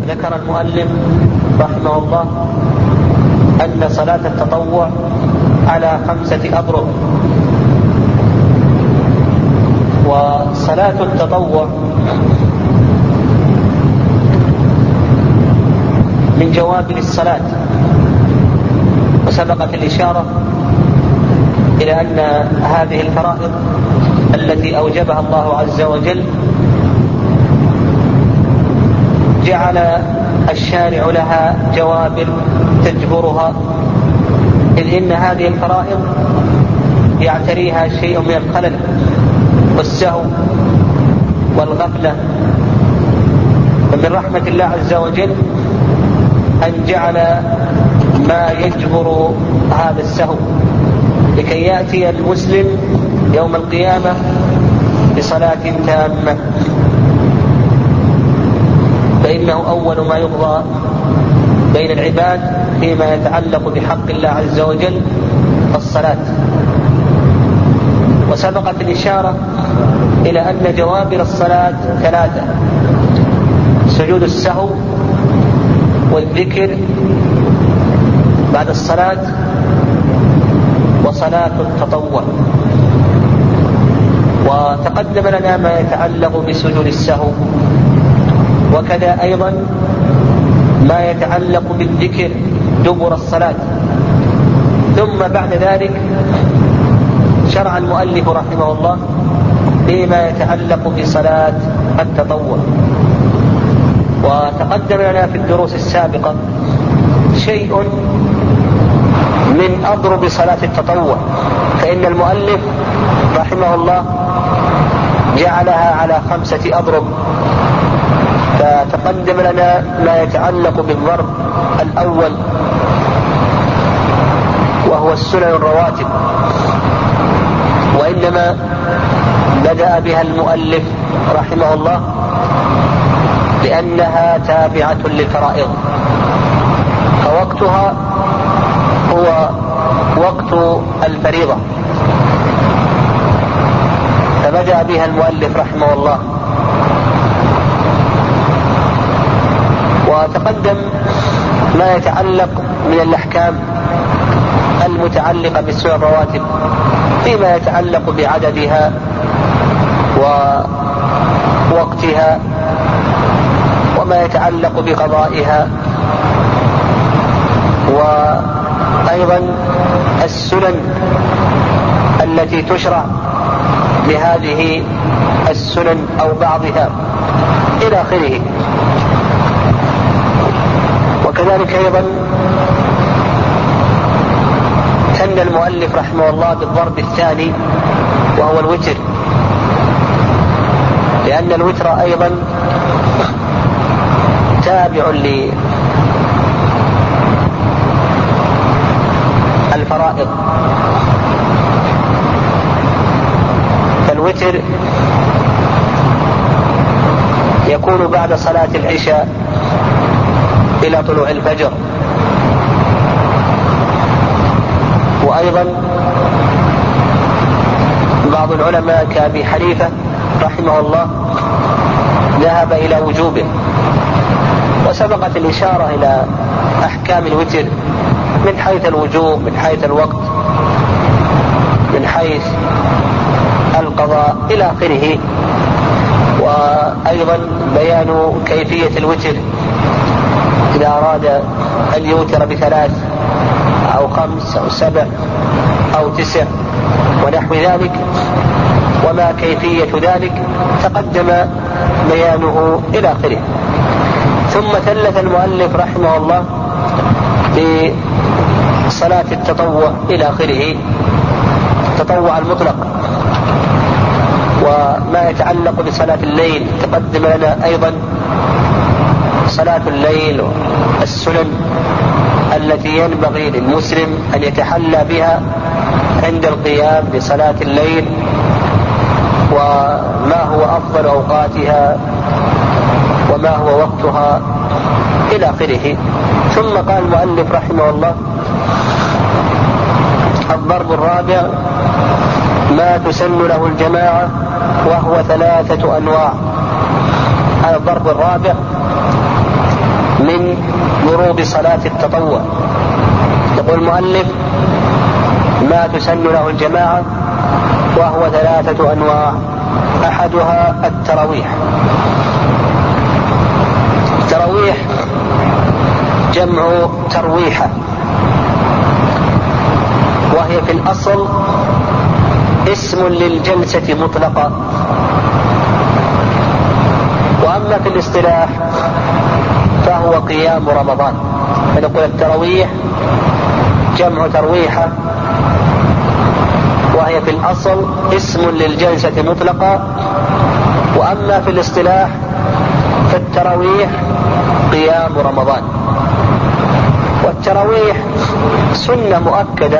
ذكر المؤلف رحمه الله أن صلاة التطوع على 5 أضرب. وصلاة التطوع من جوابل الصلاة، وسبقت الإشارة إلى أن هذه الفرائض التي أوجبها الله عز وجل جعل الشارع لها جوابل تجبرها، إذ إن هذه الفرائض يعتريها شيء من الخلل والسهو والغفلة، ومن رحمة الله عز وجل أن جعل ما يجبر هذا السهو لكي يأتي المسلم يوم القيامة بصلاة تامة، فإنه أول ما يقضى بين العباد فيما يتعلق بحق الله عز وجل الصلاة. وسبقت الإشارة إلى أن جوابر الصلاة 3: سجود السهو، والذكر بعد الصلاة، وصلاة التطوع. وتقدم لنا ما يتعلق بسجود السهو، وكذا أيضا ما يتعلق بالذكر دبر الصلاة. ثم بعد ذلك شرع المؤلف رحمه الله فيما يتعلق بصلاة التطوع. وتقدم لنا في الدروس السابقة شيء من أضرب صلاة التطوع، فإن المؤلف رحمه الله جعلها على 5 أضرب. فتقدم لنا ما يتعلق بالضرب الأول، وهو السنن الرواتب، وإنما بدأ بها المؤلف رحمه الله لأنها تابعة للفرائض، فوقتها هو وقت الفريضة، فبدأ بها المؤلف رحمه الله. وتقدم ما يتعلق من الأحكام المتعلقة بالسنن الرواتب فيما يتعلق بعددها ووقتها وما يتعلق بقضائها، وأيضا السنن التي تشرع لهذه السنن أو بعضها إلى آخره. وكذلك أيضا ثنى المؤلف رحمه الله بالضرب الثاني، وهو الوتر، لأن الوتر أيضا تابع للفرائض. فالوتر يكون بعد صلاة العشاء إلى طلوع الفجر. وأيضا بعض العلماء كأبي حنيفة رحمه الله ذهب إلى وجوبه. وسبقت الإشارة إلى أحكام الوتر من حيث الوجوب، من حيث الوقت، من حيث القضاء إلى آخره. وأيضا بيان كيفية الوتر إذا أراد أن يوتر ب3 أو 5 أو 7 أو 9 ونحو ذلك، وما كيفية ذلك تقدم بيانه إلى آخره. ثم ثلث المؤلف رحمه الله بصلاة التطوع إلى آخره، التطوع المطلق. وما يتعلق بصلاة الليل تقدم لنا أيضا صلاة الليل والسنن التي ينبغي للمسلم أن يتحلى بها عند القيام بصلاة الليل، وما هو أفضل أوقاتها وما هو وقتها إلى آخره. ثم قال المؤلف رحمه الله: الضرب الرابع ما تسن له الجماعة، وهو 3 أنواع. هذا الضرب الرابع من ضروب صلاة التطوع. يقول المؤلف: ما تسن له الجماعة، وهو 3 أنواع. أحدها التراويح. التراويح جمع ترويحة، وهي في الأصل اسم للجلسة مطلقة، وأما في الاصطلاح فهو قيام رمضان. فنقول التراويح جمع ترويحة، وهي في الأصل اسم للجلسة مطلقة، وأما في الاصطلاح فالتراويح قيام رمضان. والتراويح سنة مؤكدة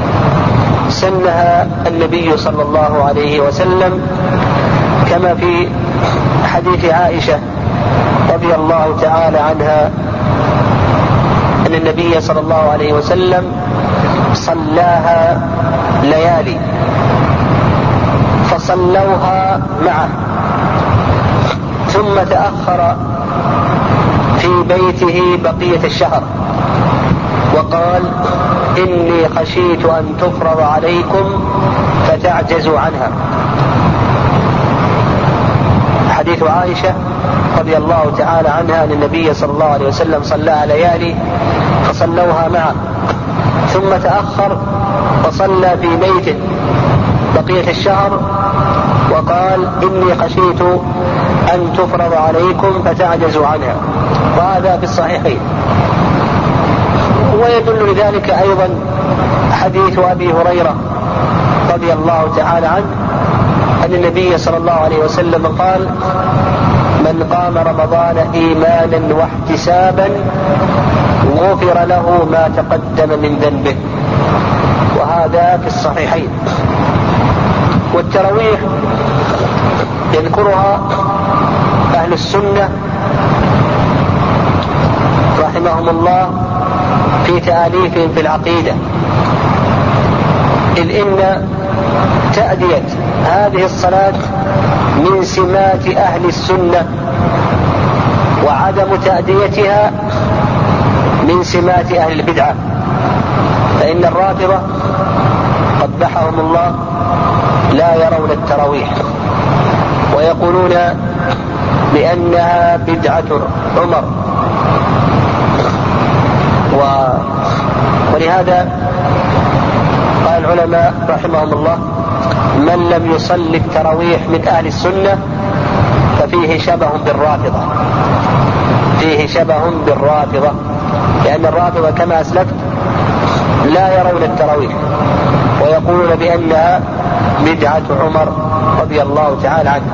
سنها النبي صلى الله عليه وسلم، كما في حديث عائشة رضي الله تعالى عنها أن النبي صلى الله عليه وسلم صلاها ليالي فصلوها معه، ثم تأخر في بيته بقية الشهر وقال: إني خشيت أن تفرض عليكم فتعجزوا عنها. حديث عائشة رضي الله تعالى عنها أن النبي صلى الله عليه وسلم صلاها ليالي فصلوها معه، ثم تأخر فصلى في بيته بقية الشهر وقال: إني خشيت أن تفرض عليكم فتعجزوا عنها. وهذا في الصحيحين. ويدل لذلك أيضا حديث أبي هريرة رضي الله تعالى عنه أن النبي صلى الله عليه وسلم قال: من قام رمضان إيمانا واحتسابا غفر له ما تقدم من ذنبه. وهذا في الصحيحين. والتراويح يذكرها أهل السنة رحمهم الله في تأليفهم في العقيدة، إذ إن تأدية هذه الصلاة من سمات أهل السنة، وعدم تأديتها من سمات أهل البدعة. فإن الرافضة قبحهم الله لا يرون التراويح، ويقولون بأنها بدعة عمر. ولهذا قال العلماء رحمهم الله: من لم يصلي التراويح من أهل السنة ففيه شبه بالرافضة، فيه شبه بالرافضة، لأن الرافضة كما أسلفت لا يرون التراويح ويقولون بأنها بدعة عمر رضي الله تعالى عنه.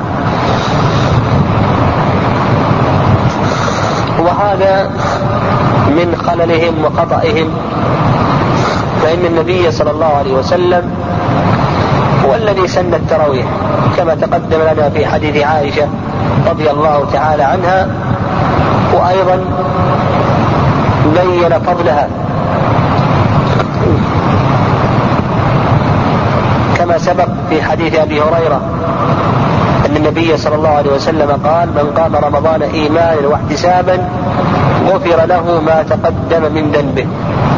وهذا من خللهم وخطئهم، فإن النبي صلى الله عليه وسلم هو الذي سن التراويح كما تقدم لنا في حديث عائشة رضي الله تعالى عنها، وأيضا بين فضلها كما سبق في حديث أبي هريرة أن النبي صلى الله عليه وسلم قال: من قام رمضان إيمانا واحتسابا غفر له ما تقدم من ذنبه.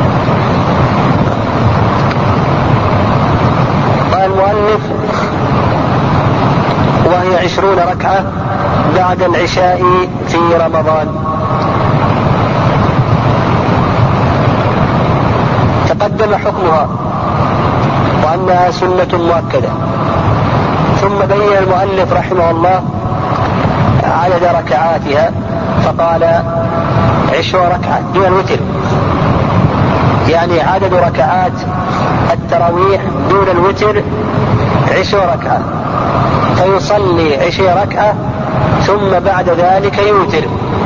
قال المؤلف: وهي 20 ركعة بعد العشاء في رمضان. تقدم حكمها وأنها سنة مؤكدة، ثم بين المؤلف رحمه الله عدد ركعاتها فقال 20 ركعة دون الوتر، يعني عدد ركعات التراويح دون الوتر 20 ركعة، فيصلي 20 ركعة ثم بعد ذلك يوتر.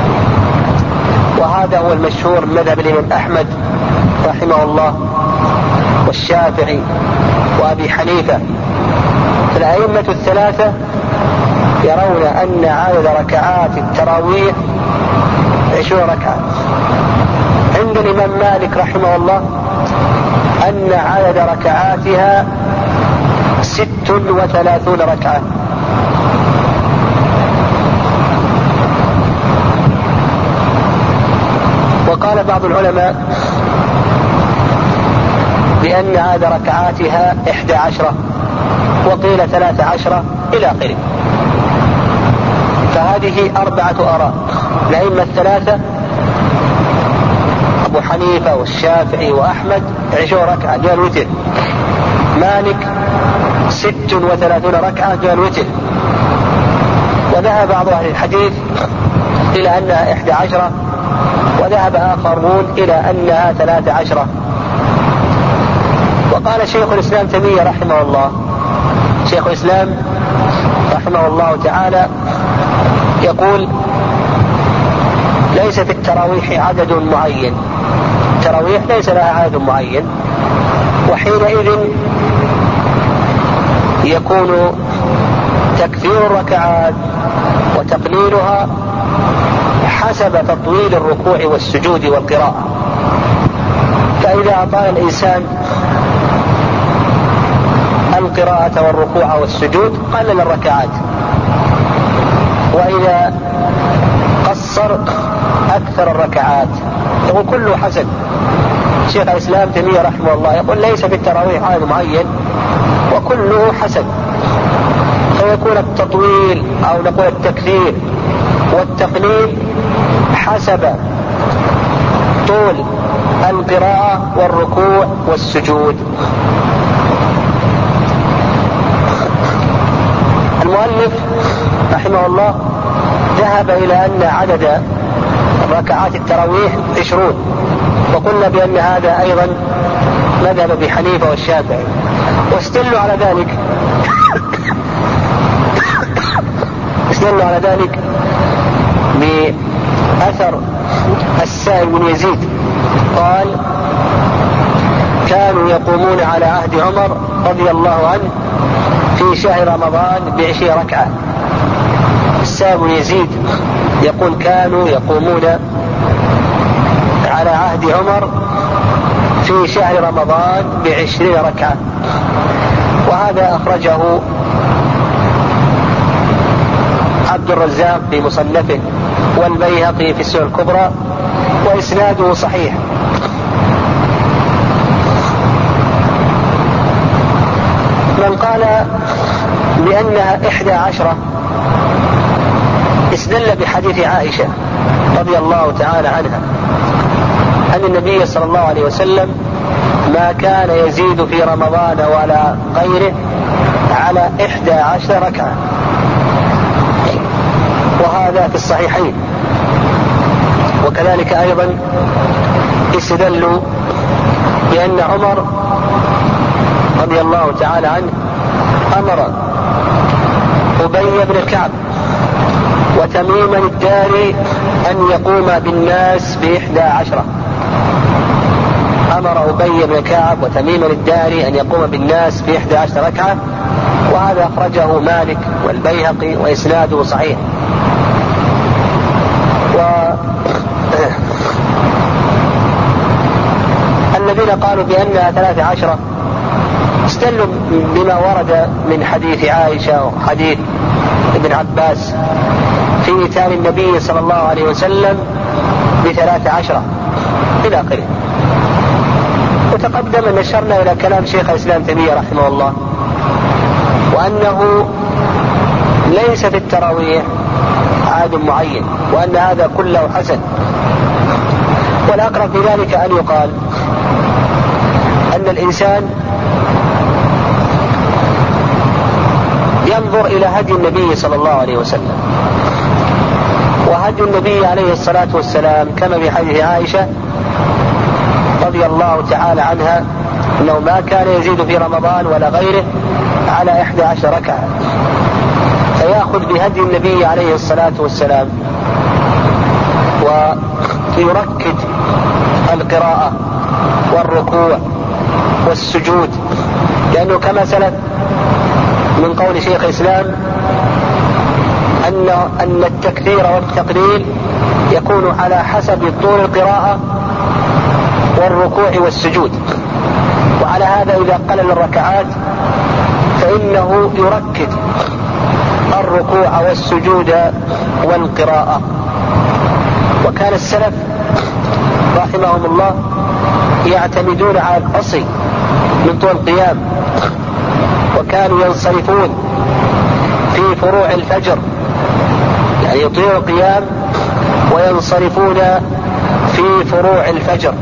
وهذا هو المشهور من مذهب الإمام أحمد رحمه الله والشافعي وأبي حنيفة. الأئمة الثلاثة يرون أن عدد ركعات التراويح 20 ركعة. عند الإمام مالك رحمه الله أن عدد ركعاتها 36 ركعة. وقال بعض العلماء بأن عدد ركعاتها 11 وقيل 13 إلى آخره. فهذه 4 آراء الأئمة الثلاثة أبو حنيفة والشافعي وأحمد 20 ركعة جاء الوتر. مالك 36 ركعة جاء الوتر. وذهب بعض أهل الحديث إلى أنها 11 وذهب آخرون إلى أنها 13. وقال شيخ الإسلام تيمية رحمه الله، شيخ الإسلام رحمه الله تعالى يقول ليس في التراويح عدد معين، التراويح ليس لها عدد معين، وحينئذ يكون تكثير الركعات وتقليلها حسب تطويل الركوع والسجود والقراءة. فإذا أطال الإنسان القراءة والركوع والسجود قلل الركعات، وإذا قصر أكثر الركعات. يقول كله حسن. شيخ الإسلام تيمية رحمه الله يقول ليس في التراويح عدد معين وكله حسن، فيكون التطويل أو نقول التكثير والتقليل حسب طول القراءة والركوع والسجود. المؤلف رحمه الله ذهب إلى أن عدد ركعات التراويح 20، وقلنا بأن هذا أيضا مذهب أبي حنيفة والشافعي. واستدلوا على ذلك بأثر السائب بن يزيد قال كانوا يقومون على عهد عمر رضي الله عنه في شهر رمضان ب20 ركعة. السائب بن يزيد يقول كانوا يقومون على عهد عمر في شهر رمضان ب20 ركعة. وهذا أخرجه عبد الرزاق في مصنفه والبيهقي في السنن الكبرى وإسناده صحيح. من قال بأنها 11 استدل بحديث عائشة رضي الله تعالى عنها أن النبي صلى الله عليه وسلم ما كان يزيد في رمضان ولا غيره على 11 ركعة، وهذا في الصحيحين. وكذلك أيضا استدلوا بأن عمر رضي الله تعالى عنه أمر أبي بن كعب وتميم الداري أن يقوم بالناس ب11. أمر أبي بن كعب وتميم الداري أن يقوم بالناس ب11 ركعة، وهذا أخرجه مالك والبيهقي وإسناده صحيح. الذين قالوا بأنها 13 استدلوا بما ورد من حديث عائشة وحديث ابن عباس في إتيان النبي صلى الله عليه وسلم ب13 إلى آخره. وتقدم أن نشرنا إلى كلام شيخ الإسلام تيمية رحمه الله، وأنه ليس في التراويح عدد معين، وأن هذا كله حسن. والأقرب بذلك أن يقال أن الإنسان ينظر إلى هدي النبي صلى الله عليه وسلم. وهدي النبي عليه الصلاة والسلام كما في حديث عائشة رضي الله تعالى عنها أنه ما كان يزيد في رمضان ولا غيره على 11 ركعة، فيأخذ بهدي النبي عليه الصلاة والسلام ويركز القراءة والركوع والسجود، لأنه كما سلف من قول شيخ الإسلام أن التكثير والتقليل يكون على حسب طول القراءة والركوع والسجود. وعلى هذا إذا قلل الركعات فإنه يركز الركوع والسجود والقراءة. وكان السلف رحمهم الله يعتمدون على القصر من طول القيام، وكانوا ينصرفون في فروع الفجر، يعني يطيلوا القيام وينصرفون في فروع الفجر.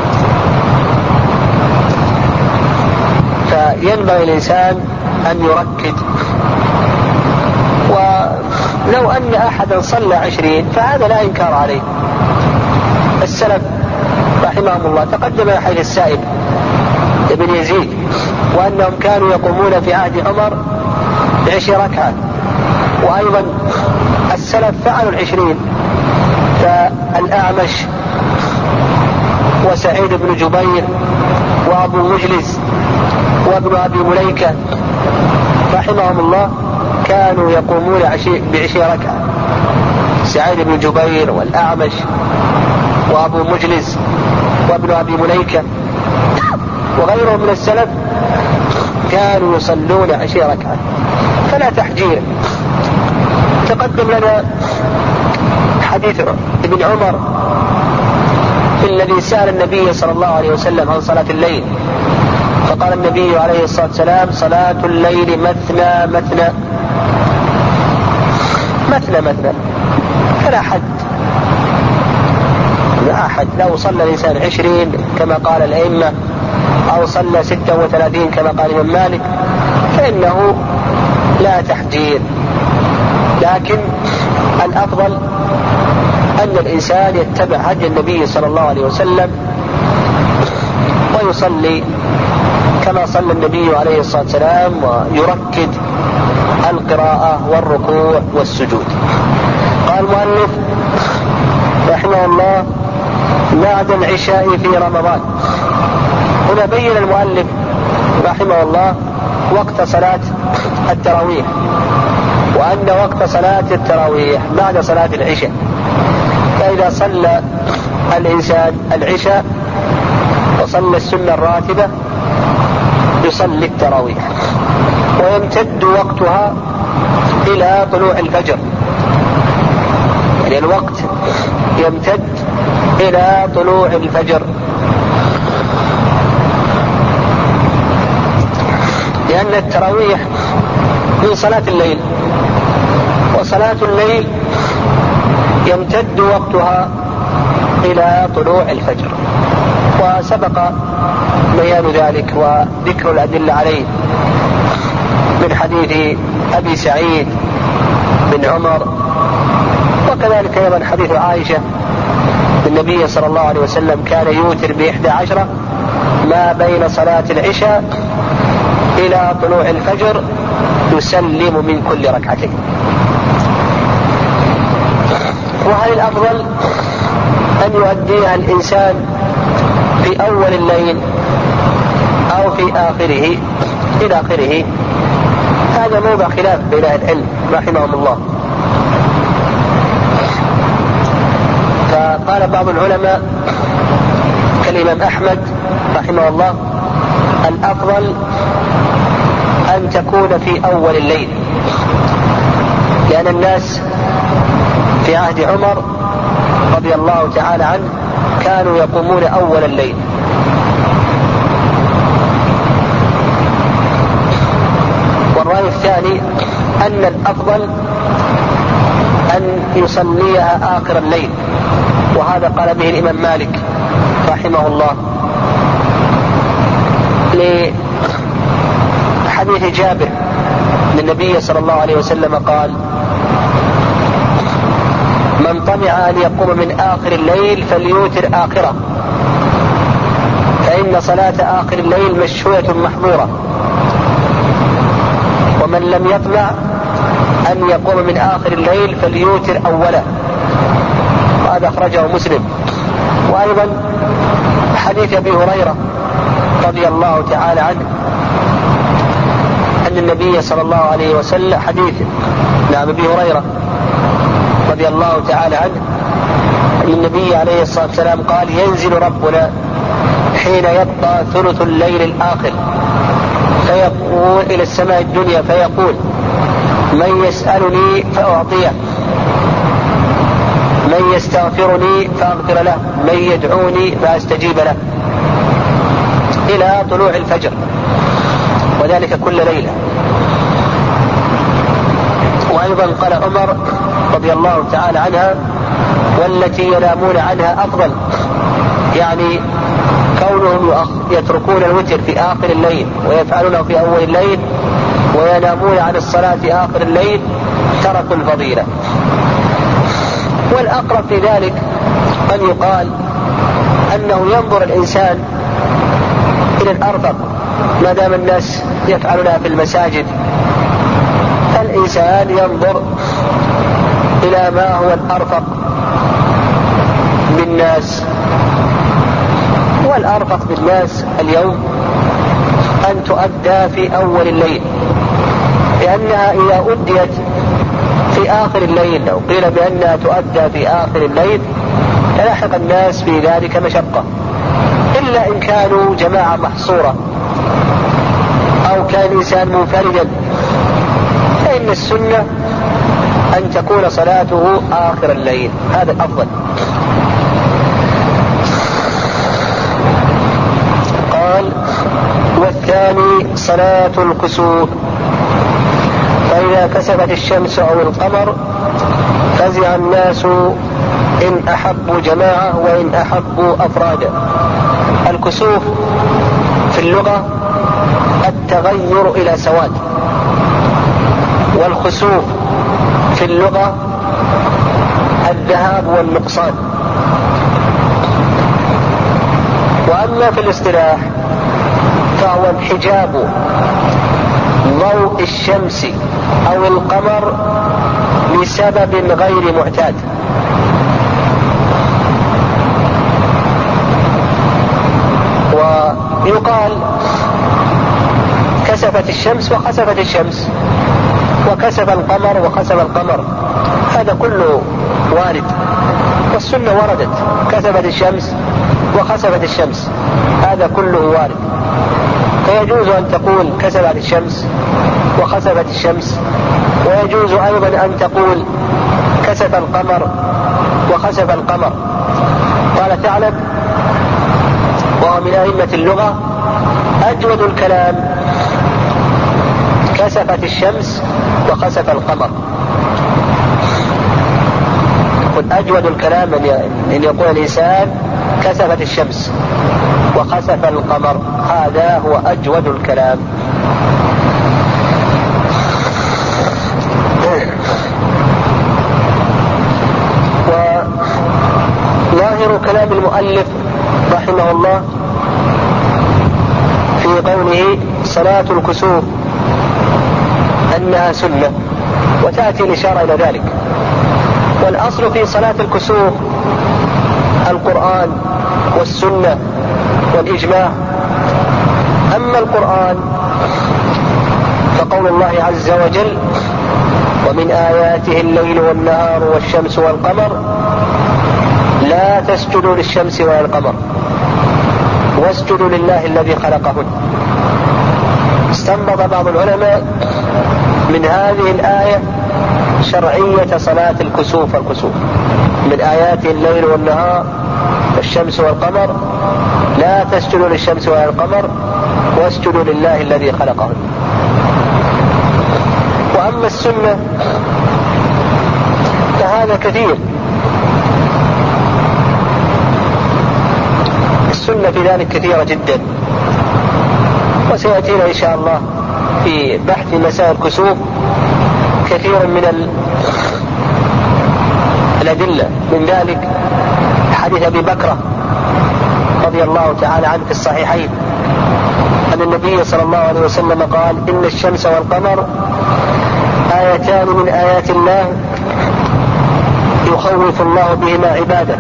فينبغي الإنسان أن يركز. ولو أن أحدا صلى 20 فهذا لا إنكار عليه. السلف رحمهم الله تقدم حديث السائب ابن يزيد وأنهم كانوا يقومون في عهد عمر ب10 ركعات، وأيضا السلف فعلوا 20. فالأعمش وسعيد بن جبير وأبو مجلس وابن أبي مليكة رحمهم الله كانوا يقومون ب20 ركعة. سعيد بن جبير والأعمش وأبو مجلس وابن أبي مليكة وغيرهم من السلف كانوا يصلون 20 ركعة، فلا تحجير. تقدم لنا حديث ابن عمر الذي سأل النبي صلى الله عليه وسلم عن صلاة الليل، فقال النبي عليه الصلاة والسلام: صلاة الليل مثنى مثنى مثنى مثنى، فلا حد، لا أحد. لو صلى الإنسان 20 كما قال الأئمة أو صلى 36 كما قال الإمام مالك فإنه لا تحجير. لكن الأفضل أن الإنسان يتبع هدي النبي صلى الله عليه وسلم ويصلي كما صلى النبي عليه الصلاة والسلام، ويركز القراءة والركوع والسجود. قال المؤلف رحمه الله: بعد العشاء في رمضان. هنا بين المؤلف رحمه الله وقت صلاة التراويح، وأن وقت صلاة التراويح بعد صلاة العشاء. فإذا صلى الإنسان العشاء وصلى السنة الراتبة يصلي التراويح، ويمتد وقتها إلى طلوع الفجر، يعني الوقت يمتد إلى طلوع الفجر، لأن التراويح من صلاة الليل، وصلاة الليل يمتد وقتها إلى طلوع الفجر. وسبق بيان ذلك وذكر الأدلة عليه من حديث أبي سعيد بن عمر، وكذلك أيضا حديث عائشة النبي صلى الله عليه وسلم كان يوتر ب11 ما بين صلاة العشاء إلى طلوع الفجر يسلم من كل ركعتين. وهل الأفضل أن يؤديها الإنسان في أول الليل أو في آخره إلى آخره؟ هذا موضع خلاف بين أهل العلم رحمهم الله. فقال بعض العلماء كالإمام أحمد رحمه الله: الأفضل أن تكون في أول الليل، لأن الناس في عهد عمر رضي الله تعالى عنه كانوا يقومون أول الليل. والرأي الثاني أن الأفضل أن يصليها آخر الليل، وهذا قال به الإمام مالك رحمه الله لحديث جابر أن النبي صلى الله عليه وسلم قال: من طمع أن يقوم من آخر الليل فليوتر آخره، فإن صلاة آخر الليل مشهورة محظورة. ومن لم يطمع أن يقوم من آخر الليل فليوتر أوله، وهذا أخرجه مسلم. وأيضا حديث أبي هريرة رضي الله تعالى عنه أن النبي صلى الله عليه وسلم حديث أبي هريرة رضي الله تعالى عنه أن النبي عليه الصلاة والسلام قال: ينزل ربنا حين يبقى ثلث الليل الآخر فيقول إلى السماء الدنيا فيقول: من يسألني فأعطيه، من يستغفرني فأغفر له، من يدعوني فأستجيب له، إلى طلوع الفجر، وذلك كل ليلة. وأيضا قال عمر رضي الله تعالى عنها: والتي ينامون عنها أفضل، يعني كونهم يتركون الوتر في آخر الليل ويفعلونه في أول الليل وينامون عن الصلاة في آخر الليل تركوا الفضيلة. والأقرب في ذلك أن يقال أنه ينظر الإنسان إلى الأرفق، ما دام الناس يفعلونها في المساجد، الإنسان ينظر إلى ما هو الأرفق بالناس. والأرفق بالناس اليوم أن تؤدى في أول الليل، لأنها إذا أديت في آخر الليل أو قيل بأنها تؤدى في آخر الليل يلاحق الناس في ذلك مشقة، إلا إن كانوا جماعة محصورة أو كان إنسان منفردا، فإن السنة أن تكون صلاته آخر الليل، هذا الأفضل. قال: والثاني صلاة الكسوف، فإذا كسفت الشمس أو القمر فزع الناس إن أحبوا جماعة وإن أحبوا أفرادا. الكسوف في اللغة التغير إلى سواد، والخسوف في اللغة الذهاب والنقصان. وأما في الاصطلاح فهو انحجاب ضوء الشمس أو القمر لسبب غير معتاد. ويقال كسفت الشمس وخسفت الشمس، وكسف القمر وخسف القمر، هذا كله وارد، والسنة وردت كسفت الشمس وخسفت الشمس، هذا كله وارد. فيجوز أن تقول كسفت الشمس وخسفت الشمس، ويجوز أيضا أن تقول كسف القمر وخسف القمر. قال ثعلب وهو من أئمة اللغة: أجود الكلام كسفت الشمس وخسف القمر. يقول أجود الكلام أن يقول الإنسان كسفت الشمس وخسف القمر، هذا هو أجود الكلام. وظاهر كلام المؤلف رحمه الله في قوله صلاة الكسوف أنها سنة، وتأتي الإشارة إلى ذلك. والأصل في صلاة الكسوف القرآن والسنة والإجماع. أما القرآن فقول الله عز وجل: ومن آياته الليل والنهار والشمس والقمر لا تسجدوا للشمس ولا القمر واسجدوا لله الذي خلقهن. استنبط بعض العلماء من هذه الآية شرعية صلاة الكسوف والكسوف. من آياته الليل والنهار والشمس والقمر لا تسجدوا للشمس ولا القمر واسجدوا لله الذي خلقهن. وأما السنة فهذا كثير، السنة في ذلك كثيرة جدا، وسيأتينا إن شاء الله في بحث مسائل الكسوف كثير من الأدلة. من ذلك حديث أبي بكر رضي الله تعالى عنه في الصحيحين أن النبي صلى الله عليه وسلم قال: إن الشمس والقمر آيتان من آيات الله يخوف الله بهما عباده.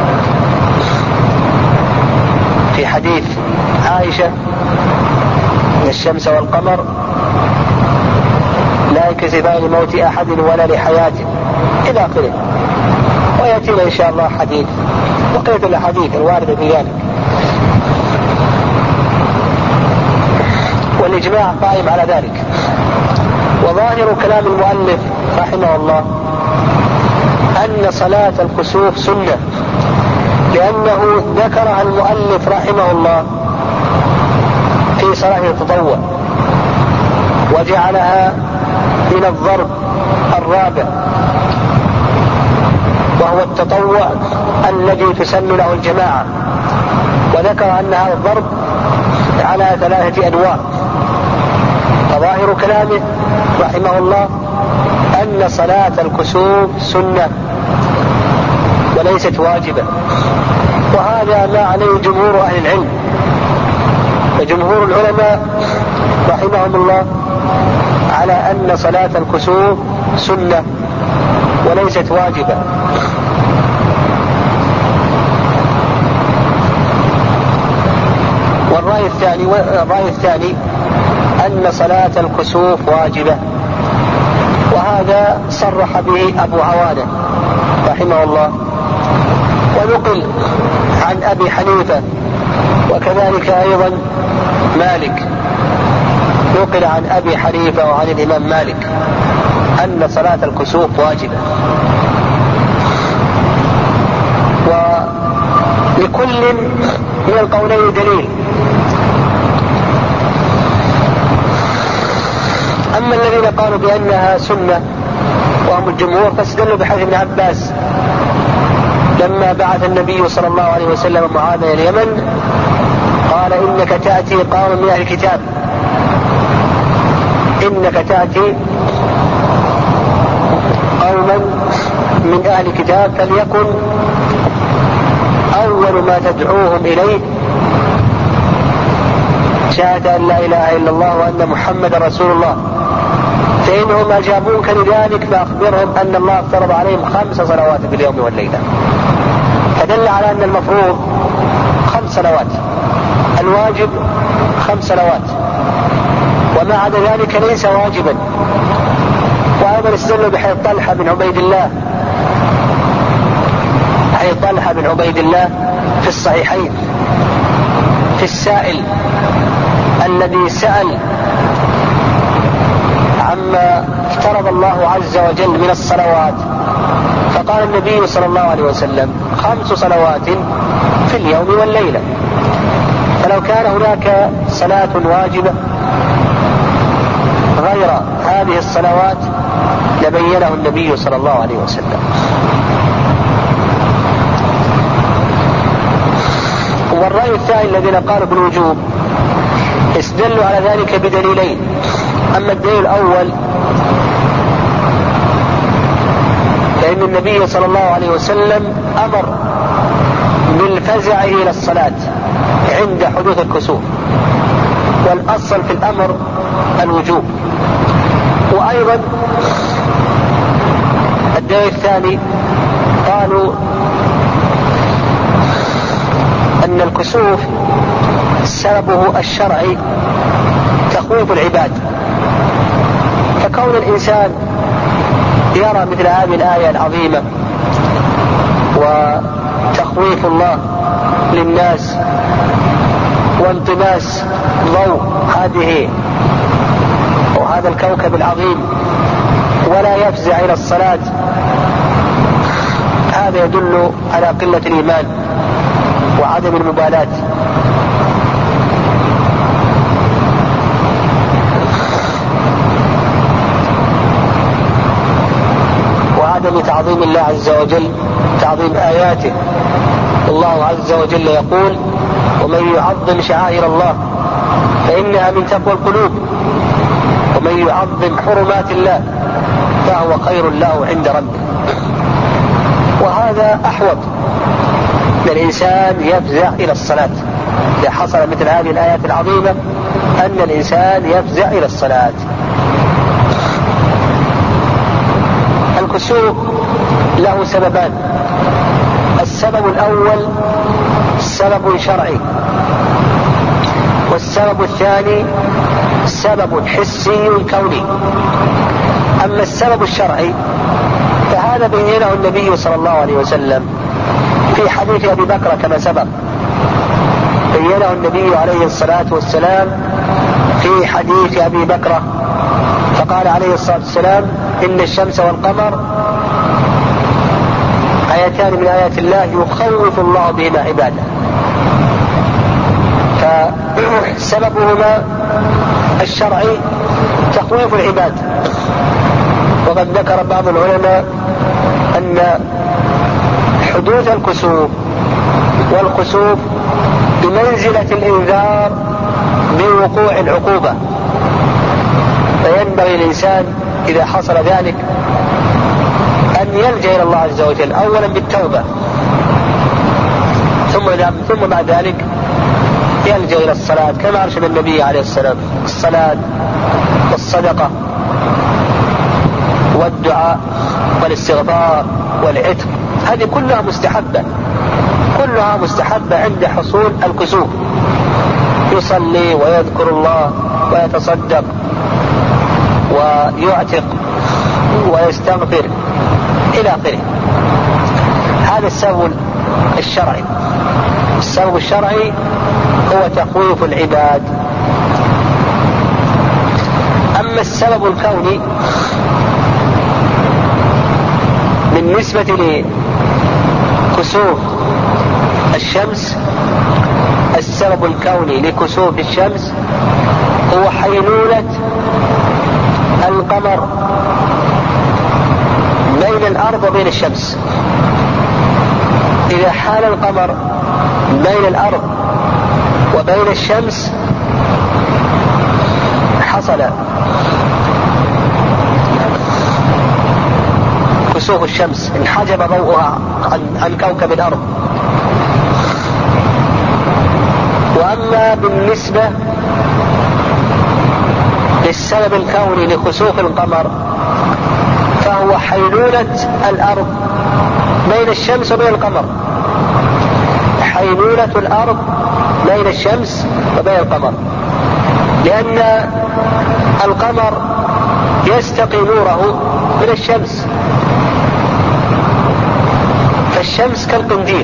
في حديث عائشة: إن الشمس والقمر لا ينكسفان لموت أحد ولا لحياته إلى آخره. ويأتينا إن شاء الله حديث وقية الأحاديث الواردة في ذلك. والإجماع قائم على ذلك. وظاهر كلام المؤلف رحمه الله أن صلاة الكسوف سنة، لأنه ذكرها المؤلف رحمه الله في صلاة التطوع، وجعلها من الضرب الرابع، وهو التطوع الذي تسن له الجماعة، وذكر أن هذا الضرب على 3 أنواع. فظاهر كلامه رحمه الله أن صلاة الكسوف سنة وليست واجبة، وهذا ما عليه جمهور أهل العلم. وجمهور العلماء رحمهم الله على أن صلاة الكسوف سنة وليست واجبة. والرأي الثاني أن صلاة الكسوف واجبة، وهذا صرح به أبو عوانة رحمه الله، ونقل عن أبي حنيفة وكذلك أيضا مالك، نقل عن أبي حنيفة وعن الإمام مالك أن صلاة الكسوف واجبة. ولكل من القولين دليل. أما الذين قالوا بأنها سنة وهم الجمهور فاستدلوا بحديث ابن عباس لما بعث النبي صلى الله عليه وسلم معاذ إلى اليمن، قال إنك تأتي قوما من أهل الكتاب، إنك تأتي قوما من أهل الكتاب، فليكن أول ما تدعوهم إليه شهادة أن لا إله إلا الله وأن محمد رسول الله، فإنهم أجابوك لذلك فأخبرهم أن الله افترض عليهم 5 صلوات في اليوم والليلة. فدل على أن المفروض 5 صلوات، الواجب 5 صلوات، وما عدا ذلك ليس واجبا. وأيضا استدلوا بحديث طلحة بن عبيد الله، حديث طلحة بن عبيد الله في الصحيحين في السائل الذي سأل عما افترض الله عز وجل من الصلوات، فقال النبي صلى الله عليه وسلم 5 صلوات في اليوم والليلة. فلو كان هناك صلاة واجبة غير هذه الصلوات لبينه النبي صلى الله عليه وسلم. والرأي الثاني الذين قالوا بالوجوب استدلوا على ذلك بدليلين. أما الدليل الأول فإن النبي صلى الله عليه وسلم أمر بالفزع إلى الصلاة عند حدوث الكسوف، والأصل في الأمر الوجوب. وأيضا الدليل الثاني قالوا أن الكسوف سببه الشرعي تخويف العباد، فكون الإنسان يرى مثل هذه الآية العظيمة وتخويف الله للناس وانطماس ضوء هذا الكوكب العظيم ولا يفزع إلى الصلاة، هذا يدل على قلة الإيمان وعدم المبالاة. وعدم تعظيم الله عز وجل، تعظيم آياته. الله عز وجل يقول ومن يعظم شعائر الله فإنها من تقوى القلوب ومن يعظم حرمات الله فهو خير له عند ربه. وهذا أحوط من الإنسان يفزع إلى الصلاة. إذا حصل مثل هذه الآيات العظيمة أن الإنسان يفزع إلى الصلاة. الكسوف له سببان. السبب الأول سبب شرعي، والسبب الثاني سبب حسي كوني. أما السبب الشرعي فهذا بينه النبي صلى الله عليه وسلم في حديث أبي بكر كما سبق، بينه النبي عليه الصلاة والسلام في حديث أبي بكر، فقال عليه الصلاة والسلام إن الشمس والقمر آيتان من آيات الله يخوف الله بهما عباده، فسببهما الشرعي تخويف العباد. وقد ذكر بعض العلماء أن حدوث الكسوف والخسوف بمنزلة الإنذار بوقوع العقوبة، فينبغي الإنسان إذا حصل ذلك أن يلجأ إلى الله عز وجل أولا بالتوبة، ثم بعد ذلك يلجأ إلى الصلاة كما أرشد النبي عليه السلام، الصلاة والصدقة والدعاء والاستغفار والعتق، هذه كلها مستحبة عند حصول الكسوف. يصلي ويذكر الله ويتصدق ويعتق ويستغفر إلى آخره. هذا السبب الشرعي. السبب الشرعي هو تخويف العباد. أما السبب الكوني بالنسبة لكسوف الشمس، السبب الكوني لكسوف الشمس هو حيلولة القمر بين الأرض وبين الشمس. إذا حال القمر بين الأرض وبين الشمس حصل كسوف الشمس، انحجب ضوءها عن كوكب الأرض. وأما بالنسبة للسبب الكوني لخسوف القمر فهو حيلولة الأرض بين الشمس وبين القمر، حيلولة الأرض بين الشمس وبين القمر، لأن القمر يستقي نوره من الشمس، فالشمس كالقنديل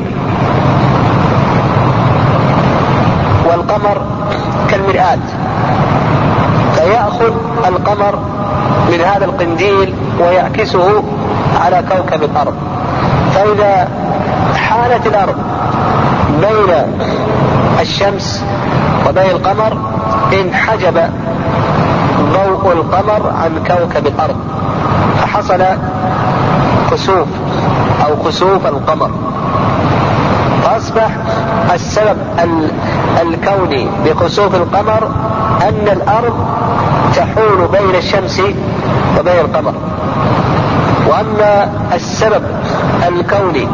والقمر كالمرآة، فيأخذ القمر من هذا القنديل ويعكسه على كوكب الأرض. فإذا حالت الأرض بين الشمس وبين القمر انحجب ضوء القمر عن كوكب الأرض، فحصل كسوف أو خسوف القمر. فأصبح السبب الكوني لخسوف القمر أن الأرض تحول بين الشمس وبين القمر. وأما السبب الكوني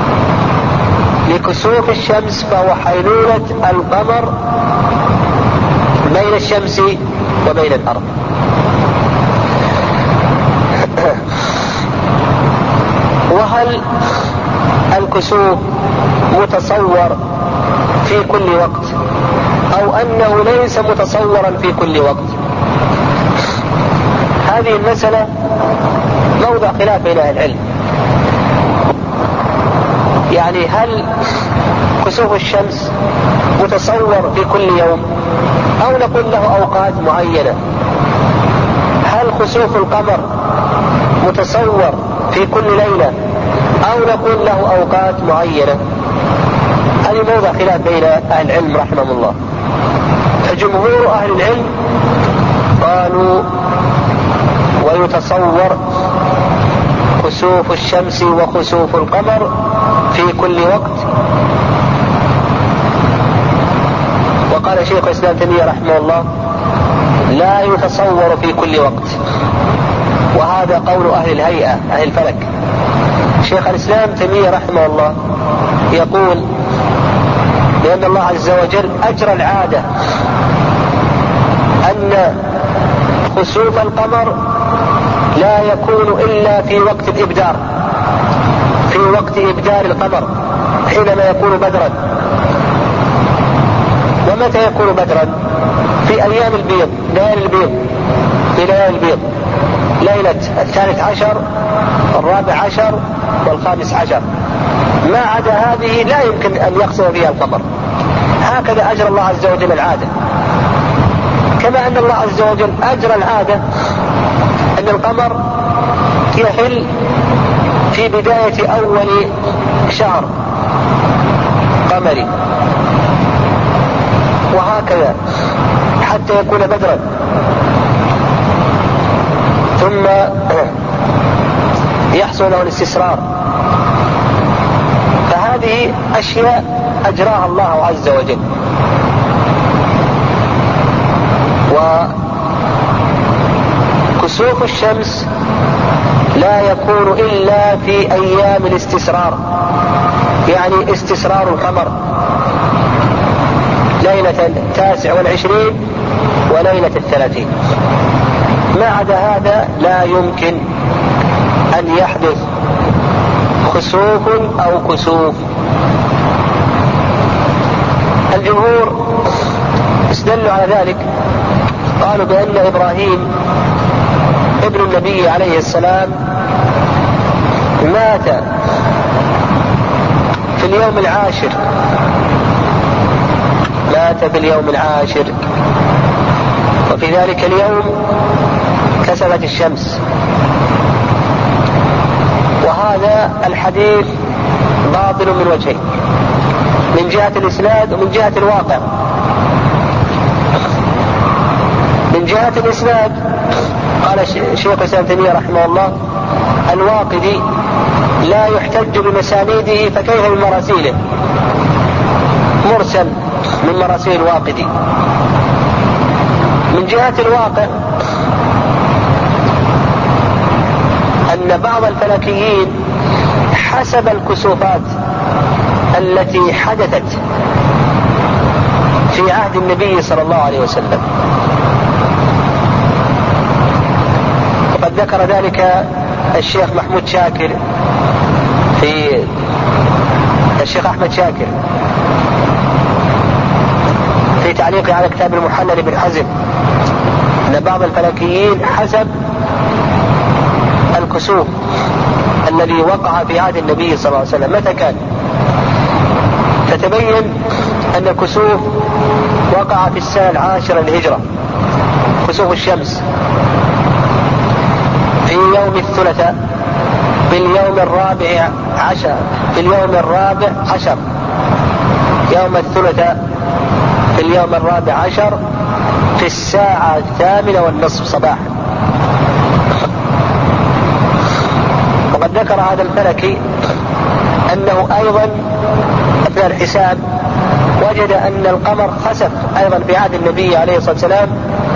لكسوف الشمس فهو حيلولة القمر بين الشمس وبين الأرض. وهل الكسوف متصور في كل وقت أو أنه ليس متصورا في كل وقت؟ هذه المسألة موضع خلاف بين أهل العلم. يعني هل كسوف الشمس متصور في كل يوم أو نقول له أوقات معينة؟ هل خسوف القمر متصور في كل ليلة أو نقول له أوقات معينة؟ هذه موضع خلاف بين أهل العلم رحمهم الله. فجمهور أهل العلم قالوا ويتصور كسوف الشمس وخسوف القمر في كل وقت. وقال شيخ الإسلام تيمية رحمه الله لا يتصور في كل وقت، وهذا قول أهل الهيئة أهل الفلك. شيخ الإسلام تيمية رحمه الله يقول لأن الله عز وجل أجرى العادة أن خسوف القمر لا يكون إلا في وقت الإبدار، في وقت إبدار القمر حينما يكون بدرا. ومتى يكون بدرا؟ في أيام البيض، ليالي البيض، في ليالي البيض، ليلة 13 14 و15. ما عدا هذه لا يمكن أن يقصر فيها القمر. هكذا أجرى الله عز وجل العادة، كما أن الله عز وجل أجرى العادة أن القمر يحل في بداية أول شهر قمري، وهكذا حتى يكون بدرا، ثم يحصل له الاستسرار. فهذه أشياء أجراها الله عز وجل. وكسوف الشمس لا يكون إلا في أيام الاستسرار، يعني استسرار القمر، ليلة 29 وليلة 30. ما عدا هذا لا يمكن أن يحدث خسوف أو كسوف. الجمهور استدلوا على ذلك، قالوا بأن إبراهيم ابن النبي عليه السلام مات في اليوم العاشر، مات في اليوم العاشر، وفي ذلك اليوم كسفت الشمس. وهذا الحديث باطل من وجهين، من جهة الإسناد ومن جهة الواقع. من جهة الإسناد قال الشيخ الإسلام ابن تيمية رحمه الله: الواقدي لا يحتج بمسانيده فكيف بمراسيله، مرسل من مراسيل الواقدي. من جهة الواقع أن بعض الفلكيين حسب الكسوفات التي حدثت في عهد النبي صلى الله عليه وسلم، وقد ذكر ذلك الشيخ محمود شاكر في الشيخ أحمد شاكر في تعليقه على كتاب المحلل بن حزم، أن بعض الفلكيين حسب الكسوف الذي وقع في عهد النبي صلى الله عليه وسلم متى كان، فتبين أن الكسوف وقع في السنة 10 للهجرة، كسوف الشمس في يوم الثلاثاء باليوم 14 في اليوم 14 يوم الثلاثاء في اليوم 14 في الساعة 8:30 صباحا. وقد ذكر هذا الفلكي أنه أيضا أثناء الحساب وجد أن القمر خسف أيضا في عهد النبي عليه الصلاة والسلام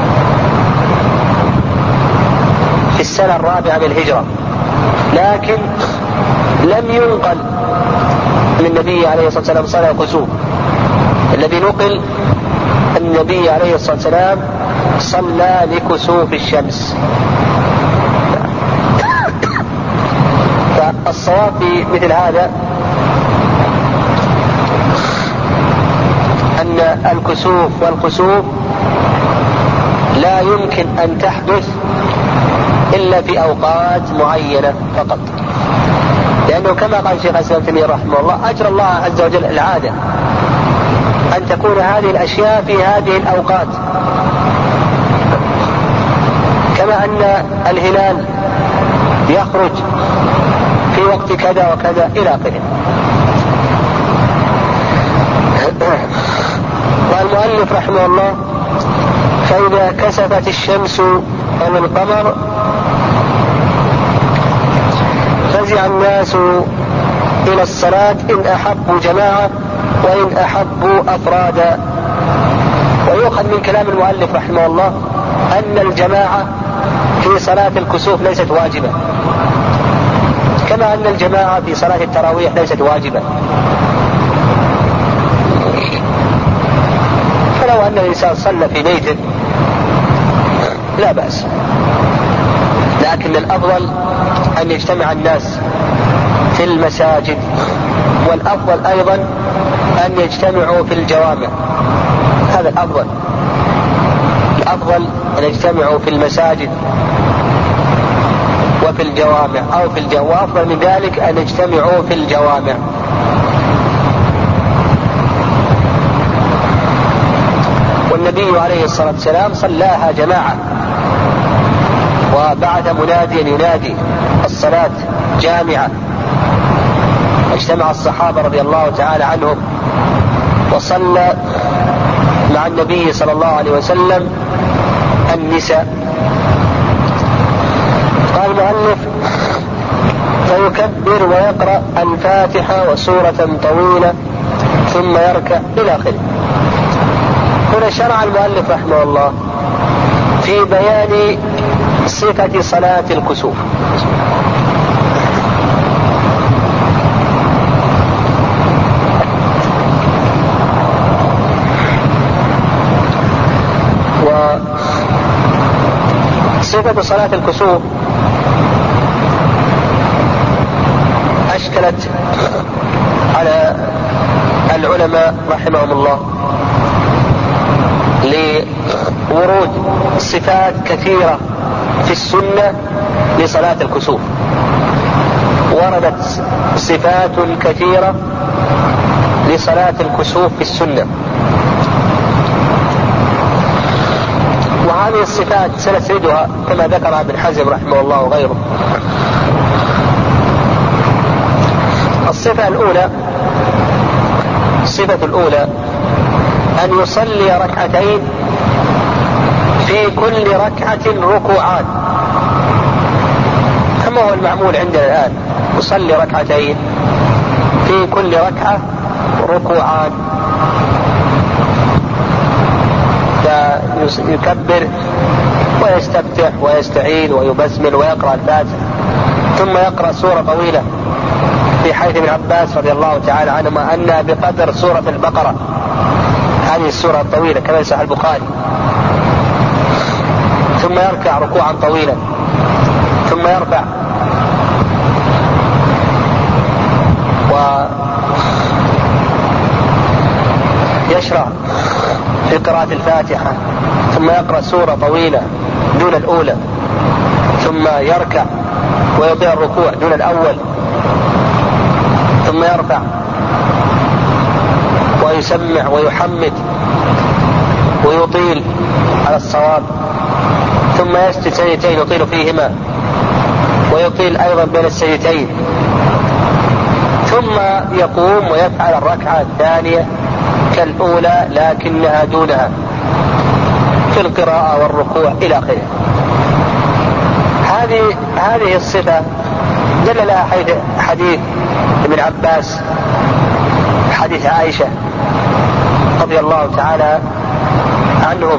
في السنة 4 للهجرة، لكن لم ينقل من النبي عليه الصلاة والسلام صلاة كسوف. الذي نقل النبي عليه الصلاة والسلام صلى لكسوف الشمس. فالصواب في مثل هذا أن الكسوف والخسوف لا يمكن أن تحدث إلا في أوقات معينة فقط، لأنه كما قال الشيخ الإسلام ابن تيمية رحمه الله: أجرى الله عز وجل العادة أن تكون هذه الأشياء في هذه الأوقات، كما أن الهلال يخرج في وقت كذا وكذا إلى آخره. والمؤلف رحمه الله: فإذا كسفت الشمس أو القمر فزع الناس إلى الصلاة إن أحبوا جماعة وإن أحبوا أفرادا. ويؤخذ من كلام المؤلف رحمه الله أن الجماعة في صلاة الكسوف ليست واجبة، كما أن الجماعة في صلاة التراويح ليست واجبة. فلو أن الإنسان صلى في بيته لا بأس، لكن الأفضل أن يجتمع الناس في المساجد، والأفضل أيضا أن يجتمعوا في الجوامع. هذا الأفضل، الأفضل أن يجتمعوا في المساجد وفي الجوامع أو في الجوامع، وأفضل من ذلك أن يجتمعوا في الجوامع. والنبي عليه الصلاة والسلام صلاها جماعة وبعد مناديا ينادي: الصلاة جامعة اجتمع الصحابة رضي الله تعالى عنهم وصلى مع النبي صلى الله عليه وسلم النساء. قال المؤلف: فيكبر ويقرأ الفاتحة وسورة طويلة ثم يركع إلى آخره. هنا شرع المؤلف رحمه الله في بيان صفة صلاة الكسوف. وصفة صلاة الكسوف أشكلت على العلماء رحمهم الله لورود صفات كثيرة في السنة لصلاة الكسوف. وردت صفات كثيرة لصلاة الكسوف في السنة، وهذه الصفات سنسردها كما ذكر ابن حزم رحمه الله وغيره. الصفة الأولى أن يصلي ركعتين في كل ركعة ركوعان، كما هو المعمول عندنا الآن، يصلي ركعتين في كل ركعة ركوعان، فيكبر ويستفتح ويستعيذ ويبسمل ويقرأ الفاتحة ثم يقرأ سورة طويلة، في حيث ابن عباس رضي الله تعالى عنهما أنها بقدر سورة البقرة، هذه السورة الطويلة كما في صحيح البخاري. ثم يركع ركوعا طويلا ثم يرفع ويشرع في قراءة الفاتحة ثم يقرأ سورة طويلة دون الأولى ثم يركع ويطيع الركوع دون الأول ثم يرفع ويسمع ويحمد ويطيل على الصواب ثم يسجد سجدتين يطيل فيهما ويطيل أيضا بين السجدتين ثم يقوم ويفعل الركعة الثانية كالأولى لكنها دونها في القراءة والركوع إلى آخره. هذه الصفة دل لها حديث ابن عباس، حديث عائشة رضي الله تعالى عنهم.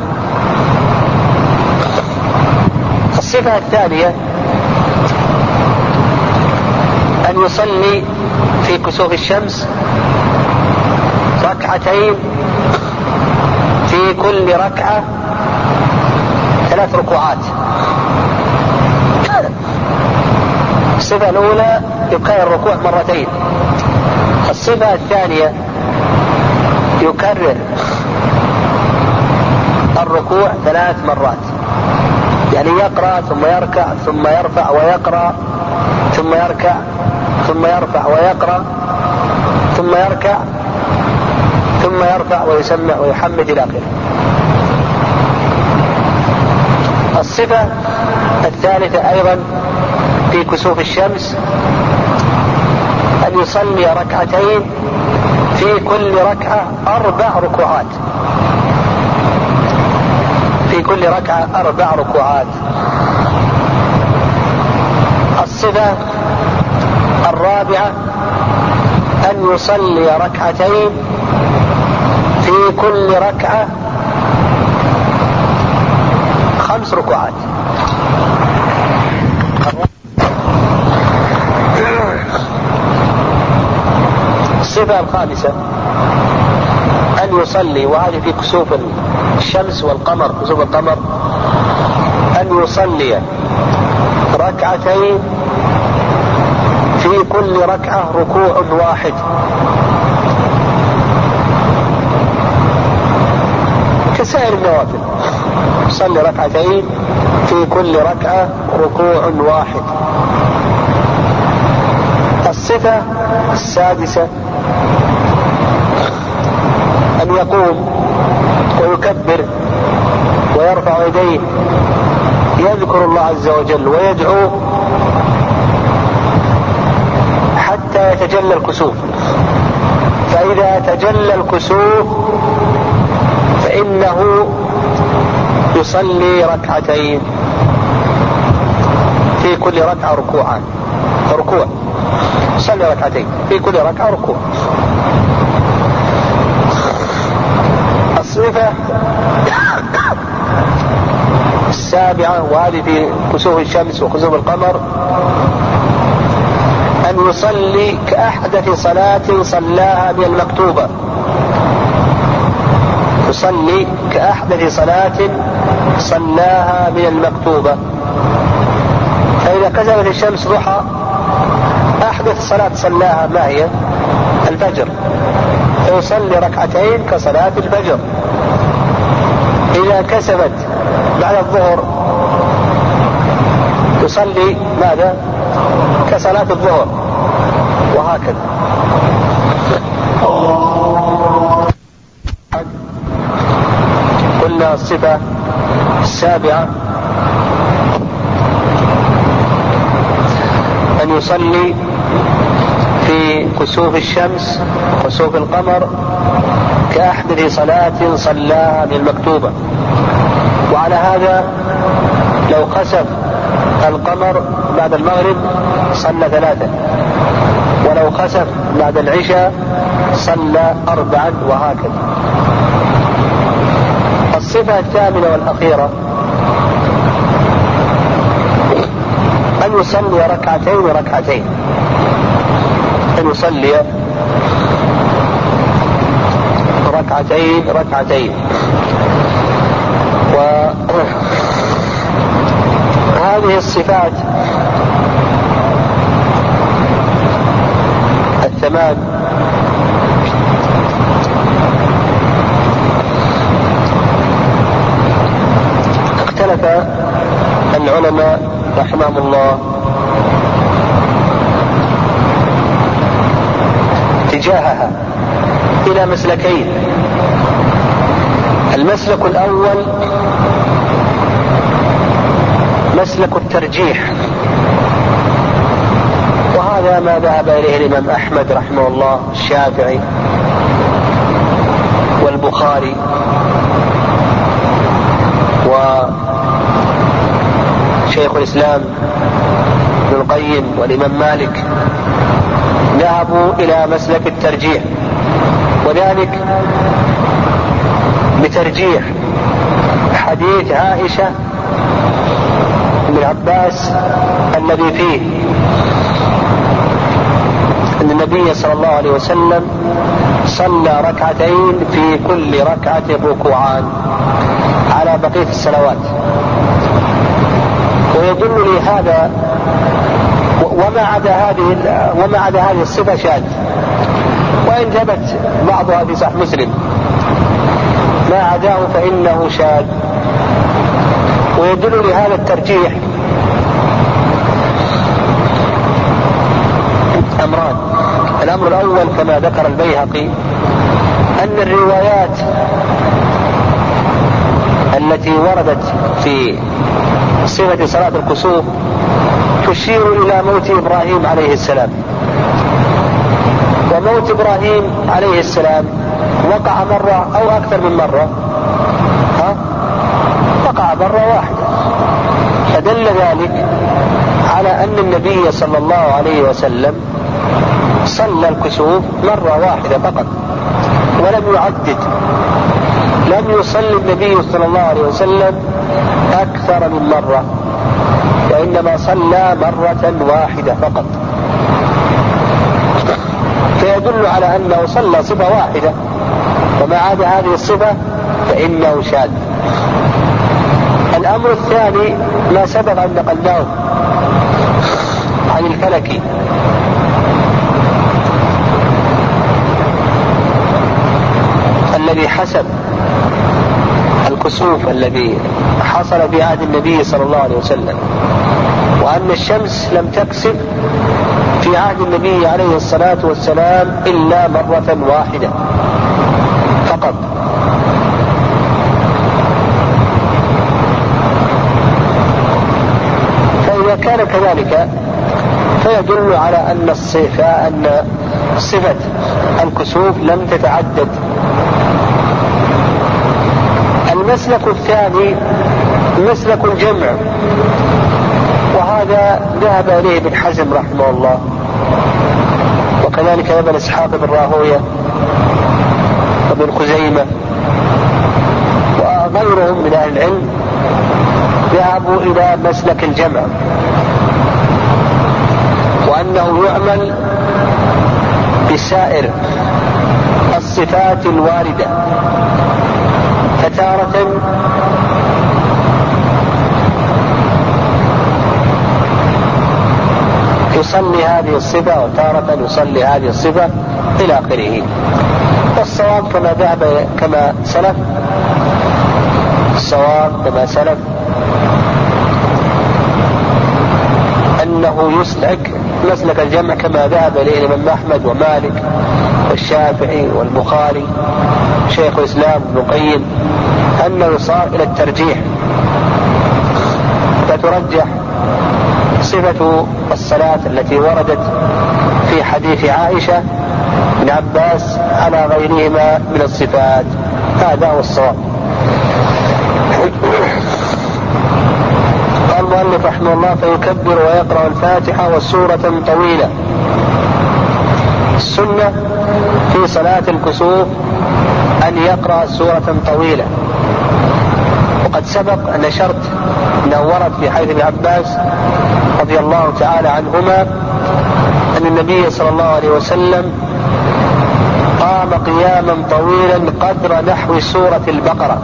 الصفة الثانية أن يصلي في كسوف الشمس ركعتين في كل ركعة 3 ركوعات. الصفة الأولى يكرر الركوع مرتين. الصفة الثانية يكرر الركوع 3 مرات، يعني يقرأ ثم يركع ثم يرفع ويقرأ ثم يركع ثم يرفع ويقرأ ثم يركع ثم يرفع ويسمع ويحمد إلى آخره. الصفة الثالثة أيضا في كسوف الشمس أن يصلي ركعتين في كل ركعة 4 ركوعات، في كل ركعة 4 ركوعات. الصفة الرابعة أن يصلي ركعتين في كل ركعة 5 ركوعات. الصفة الخامسة أن يصلي، وهذه في كسوف الشمس والقمر، كسوف القمر، أن يصلي ركعتين في كل ركعة ركوع واحد، كسائر النوافل، يصلي ركعتين في كل ركعة ركوع واحد. الصفة السادسة أن يقوم ويكبر ويرفع يديه يذكر الله عز وجل ويدعو حتى يتجلى الكسوف. فإذا تجلى الكسوف فإنه يصلي ركعتين، في كل ركعة ركوع، يصلي ركعتين في كل ركعة ركوع. الصفة السابعة، وهذه في كسوف الشمس وكسوف القمر، أن يصلي كأحدث صلاة صلاها من المكتوبة. يصلي كأحدث صلاة صلاها من المكتوبة. فإذا كسفت الشمس ضحى، أحدث صلاة صلاها ما هي؟ الفجر، فيصلي ركعتين كصلاة الفجر. إذا كسفت بعد الظهر يصلي ماذا؟ كصلاة الظهر، وهكذا. قلنا الصفة السابعة أن يصلي في كسوف الشمس وكسوف القمر كأحدث صلاة صلاها من المكتوبة. وعلى هذا لو خسف القمر بعد المغرب صلى 3، ولو خسف بعد العشاء صلى 4، وهكذا. الصفة الثامنة والأخيرة أن يصلي ركعتين، أن يصلي ركعتين. وهذه الصفات الثمان اختلف العلماء رحمهم الله تجاهها إلى مسلكين. المسلك الأول مسلك الترجيح، وهذا ما ذهب إليه الإمام أحمد رحمه الله، الشافعي والبخاري وشيخ الإسلام ابن القيم والإمام مالك، ذهبوا إلى مسلك الترجيح، وذلك بترجيح حديث عائشة بن عباس الذي فيه أن النبي صلى الله عليه وسلم صلى ركعتين في كل ركعة ركوعان على بقية الصلوات. ويدل لي هذا وما عدا هذه الصفة شاذ، وإن ثبت بعضها في صحيح مسلم، ما عداه فإنه شاذ. ويدل لهذا الترجيح أمران. الأمر الأول كما ذكر البيهقي أن الروايات التي وردت في صفة صلاة الكسوف تشير إلى موت إبراهيم عليه السلام، وموت إبراهيم عليه السلام وقع مرة أو أكثر من مرة؟ وقع مرة واحدة. فدل ذلك على أن النبي صلى الله عليه وسلم صلى الكسوف مرة واحدة فقط ولم يعدد. لم يصلي النبي صلى الله عليه وسلم أكثر من مرة، وإنما صلى مرة واحدة فقط. فيدل على أنه صلى صفة واحدة، وما عدا هذه الصفة فإنه شاذ. الأمر الثاني ما سبق أن نقلناه عن الفلكي، الذي حسب الكسوف الذي حصل في عهد النبي صلى الله عليه وسلم، وأن الشمس لم تكسف في عهد النبي عليه الصلاة والسلام إلا مرة واحدة فقط. فإذا كان كذلك يدل على أن صفة الكسوف لم تتعدد. المسلك الثاني مسلك الجمع، وهذا ذهب إليه ابن حزم رحمه الله، وكذلك ابن إسحاق بن راهوية وابن خزيمة وغيرهم من أهل العلم ذهبوا إلى مسلك الجمع، وأنه يعمل بسائر الصفات الواردة، فتارة يصلي هذه الصفة وتارة يصلي هذه الصفة إلى آخره. والصواب كما سلف الصواب كما سلف أنه يسلك مسلك الجمع كما ذهب إليه الإمام أحمد ومالك والشافعي والبخاري شيخ الإسلام ابن القيم، أنه يصار إلى الترجيح، فترجح صفة الصلاة التي وردت في حديث عائشة بن عباس على غيرهما من الصفات. هذا هو الصواب. قال المؤلف رحمه الله: فيكبر ويقرأ الفاتحة وسورة طويلة. السنة في صلاة الكسوف أن يقرأ سورة طويلة، وقد سبق أن شرط أنه ورد في حديث ابن عباس رضي الله تعالى عنهما أن النبي صلى الله عليه وسلم قام قياما طويلا قدر نحو سورة البقرة،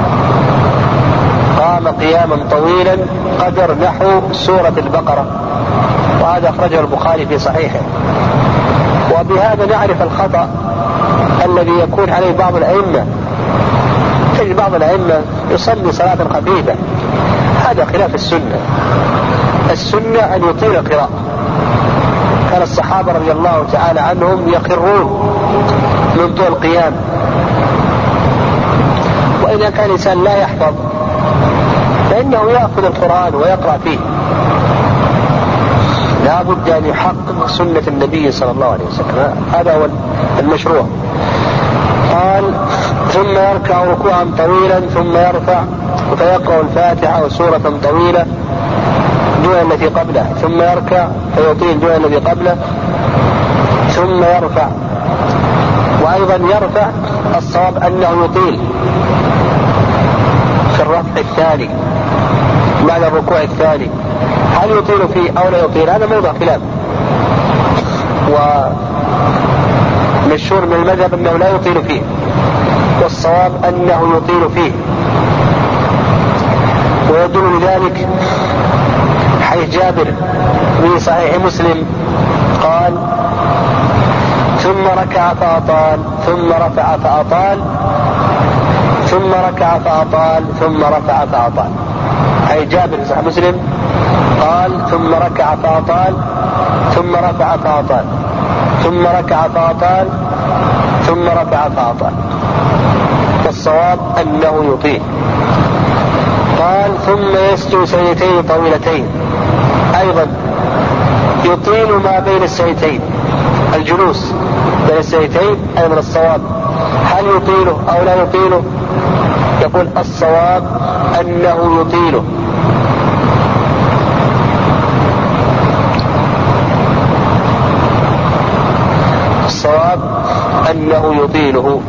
قام قياما طويلا قدر نحو سورة البقرة، وهذا أخرجه البخاري في صحيحه. وبهذا نعرف الخطأ الذي يكون عليه بعض الأئمة. تجد بعض الأئمة يصلي صلاة خفيفة، هذا خلاف السنة. السنة أن يطيل القراءة. كان الصحابة رضي الله تعالى عنهم يقرون من طول القيام، وإذا كان الإنسان لا يحفظ فإنه يأخذ القرآن ويقرأ فيه، لا بد أن يحقق سنة النبي صلى الله عليه وسلم، هذا هو المشروع. قال: ثم يركع ركوعا طويلا ثم يرفع فيقرأ الفاتحة وسورة طويلة دون التي قبله، ثم يركع فيطيل دون الذي قبله، ثم يرفع. وأيضا يرفع الصواب أنه يطيل في الرفع الثاني بعد الركوع الثاني. هل يطيل فيه أو لا يطيل؟ هذا موضع خلاف، ومشهور من المذهب أنه لا يطيل فيه، والصواب أنه يطيل فيه. ويدل لذلك حديث جابر في صحيح مسلم قال: ثم ركع فأطال ثم رفع فأطال ثم ركع فأطال ثم رفع فأطال. حديث جابر في صحيح مسلم قال: ثم ركع فأطال ثم رفع فأطال ثم ركع فأطال ثم رفع فأطال، والصواب أنه يطيل. قال: ثم يسجد سجدتين طويلتين، أيضا يطيل ما بين السجدتين، الجلوس بين السجدتين أيضا الصواب. هل يطيله أو لا يطيله؟ يقول الصواب أنه يطيله. الصواب أنه يطيله.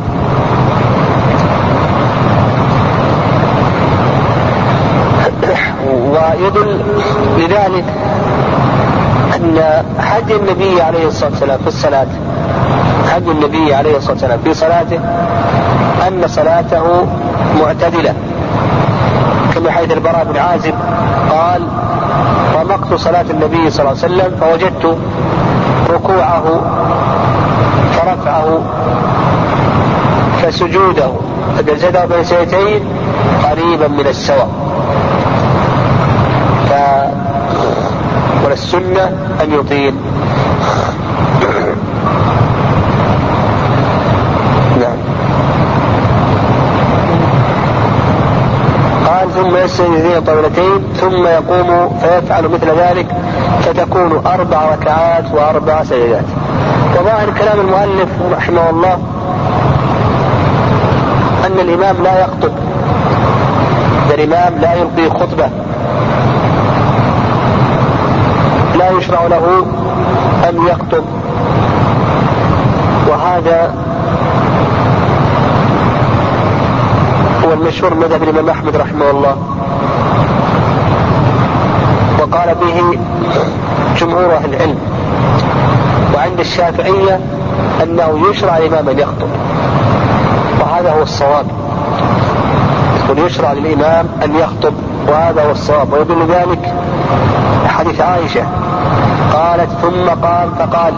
ويدل لذلك أن هدي النبي عليه الصلاة والسلام في الصلاة، هدي النبي عليه الصلاة والسلام في صلاته أن صلاته معتدلة، كما حيث البراء بن عازب قال: رمقت صلاة النبي صلى الله عليه وسلم فوجدت ركوعه فرفعه فسجوده فجلسته بين سجدتين قريبا من السواء. والسنة أن يطيل. نعم. قال: ثم السجدتين طولتين ثم يقوم فيفعل مثل ذلك، فتكون 4 ركعات و4 سجدات. وظاهر كلام المؤلف رحمه الله أن الإمام لا يخطب، الإمام لا يلقي خطبة، لا يشرع له أن يخطب، وهذا هو المشهور مذهب الإمام أحمد رحمه الله، وقال به جمهور أهل العلم. وعند الشافعية أنه يشرع للإمام أن يخطب، وهذا هو الصواب، يشرع للإمام أن يخطب وهذا هو الصواب. ويدل ذلك حديث عائشة قالت ثم قام فقال،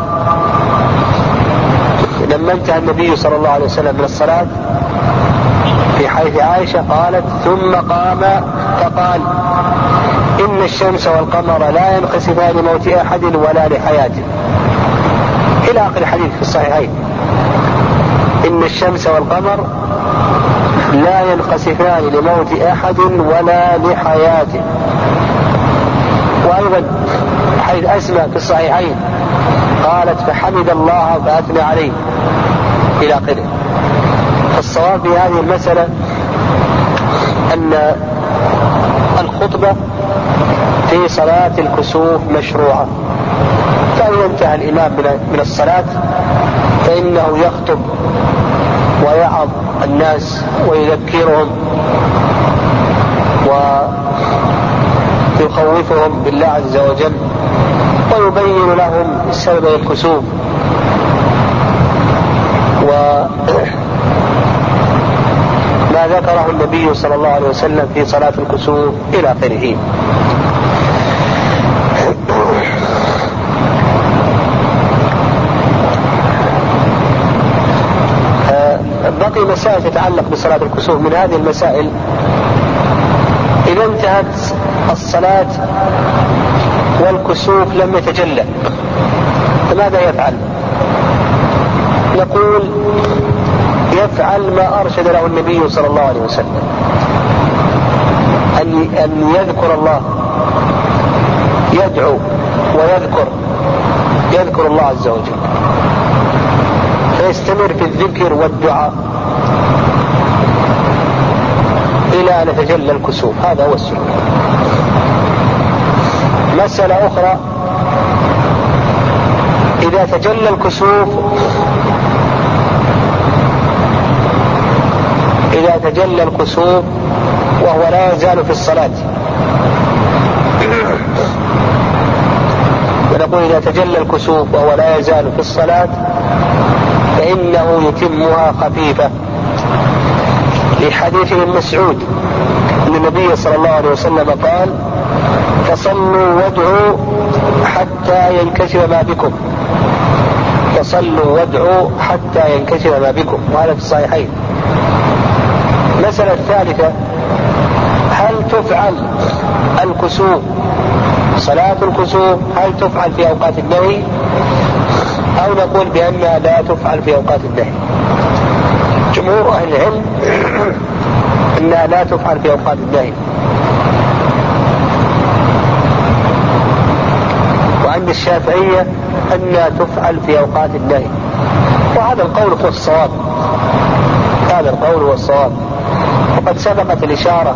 لما انتهى النبي صلى الله عليه وسلم من الصلاة في حديث عائشة قالت ثم قام فقال إن الشمس والقمر لا ينخسفان لموت أحد ولا لحياته، إلى آخر الحديث في الصحيحين. إن الشمس والقمر لا ينخسفان لموت أحد ولا لحياته. وأيضا حديث أسماء في الصحيحين قالت فحمد الله فأثنى عليه إلى آخره. فالصواب في هذه المسألة أن الخطبة في صلاة الكسوف مشروعة، فإذا انتهى الإمام من الصلاة فإنه يخطب ويعظ الناس ويذكرهم ويخوفهم بالله عز وجل ويبين لهم سبب الكسوف وما ذكره النبي صلى الله عليه وسلم في صلاة الكسوف إلى آخره. بقي مسائل تتعلق بصلاة الكسوف. من هذه المسائل إذا انتهت الصلاة والكسوف لم يتجلى فماذا يفعل؟ نقول يفعل ما أرشد له النبي صلى الله عليه وسلم، أن يذكر الله، يدعو ويذكر الله عز وجل، فيستمر في الذكر والدعاء إلى أن يتجلى الكسوف. هذا هو السنة. مسألة أخرى، إذا تجلى الكسوف وهو لا يزال في الصلاة، ونقول إذا تجلى الكسوف وهو لا يزال في الصلاة فإنه يتمها خفيفة، لحديث ابن مسعود أن النبي صلى الله عليه وسلم قال فصلوا وادعوا حتى ينكشف ما بكم، فصلوا وادعوا حتى ينكشف ما بكم، وهذا في الصحيحين. المسألة الثالثة، هل تفعل الكسوف صلاة الكسوف هل تفعل في أوقات النهي أو نقول بأنها لا تفعل في أوقات النهي؟ جمهور أهل العلم أنها لا تفعل في أوقات النهي، وعند الشافعية أنها تفعل في أوقات النهي، وهذا القول هو الصواب، هذا القول هو الصواب. وقد سبقت الإشارة